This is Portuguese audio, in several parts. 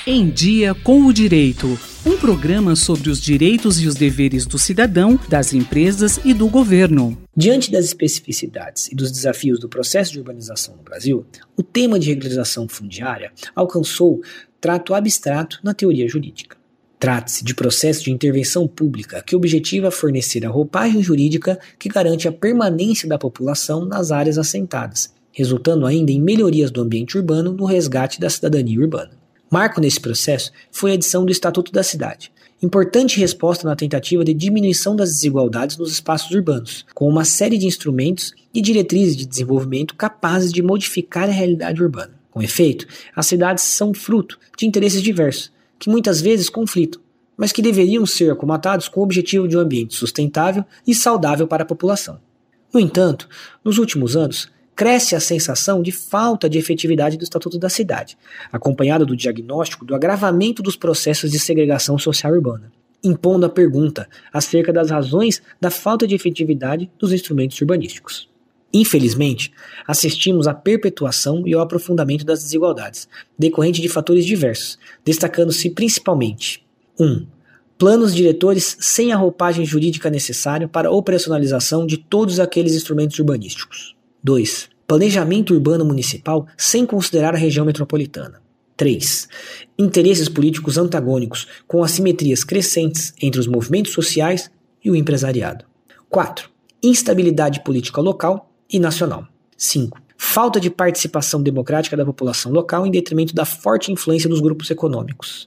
Em Dia com o Direito, um programa sobre os direitos e os deveres do cidadão, das empresas e do governo. Diante das especificidades e dos desafios do processo de urbanização no Brasil, o tema de regularização fundiária alcançou trato abstrato na teoria jurídica. Trata-se de processo de intervenção pública que objetiva fornecer a roupagem jurídica que garante a permanência da população nas áreas assentadas, resultando ainda em melhorias do ambiente urbano no resgate da cidadania urbana. Marco nesse processo foi a edição do Estatuto da Cidade, importante resposta na tentativa de diminuição das desigualdades nos espaços urbanos, com uma série de instrumentos e diretrizes de desenvolvimento capazes de modificar a realidade urbana. Com efeito, as cidades são fruto de interesses diversos, que muitas vezes conflitam, mas que deveriam ser acomatados com o objetivo de um ambiente sustentável e saudável para a população. No entanto, nos últimos anos, cresce a sensação de falta de efetividade do Estatuto da Cidade, acompanhada do diagnóstico do agravamento dos processos de segregação social urbana, impondo a pergunta acerca das razões da falta de efetividade dos instrumentos urbanísticos. Infelizmente, assistimos à perpetuação e ao aprofundamento das desigualdades, decorrente de fatores diversos, destacando-se principalmente 1. Planos diretores sem a roupagem jurídica necessária para a operacionalização de todos aqueles instrumentos urbanísticos. 2. Planejamento urbano municipal sem considerar a região metropolitana. 3. Interesses políticos antagônicos com assimetrias crescentes entre os movimentos sociais e o empresariado. 4. Instabilidade política local e nacional. 5. Falta de participação democrática da população local em detrimento da forte influência dos grupos econômicos.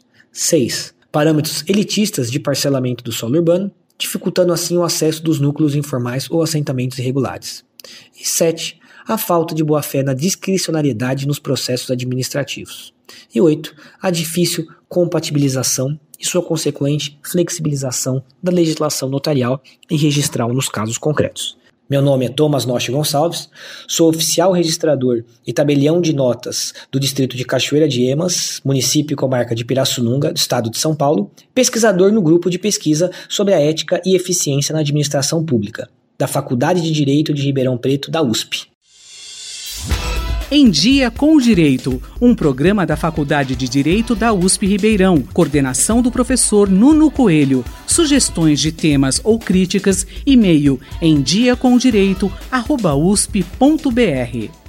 6. Parâmetros elitistas de parcelamento do solo urbano, dificultando assim o acesso dos núcleos informais ou assentamentos irregulares. E 7. A falta de boa-fé na discricionariedade nos processos administrativos. E 8. A difícil compatibilização e sua consequente flexibilização da legislação notarial e registral nos casos concretos. Meu nome é Thomas Noche Gonçalves, sou oficial registrador e tabelião de notas do distrito de Cachoeira de Emas, município e comarca de Pirassununga, do estado de São Paulo, pesquisador no grupo de pesquisa sobre a ética e eficiência na administração pública, da Faculdade de Direito de Ribeirão Preto, da USP. Em Dia com o Direito, um programa da Faculdade de Direito da USP Ribeirão, coordenação do professor Nuno Coelho. Sugestões de temas ou críticas, e-mail em diacomdireito@usp.br.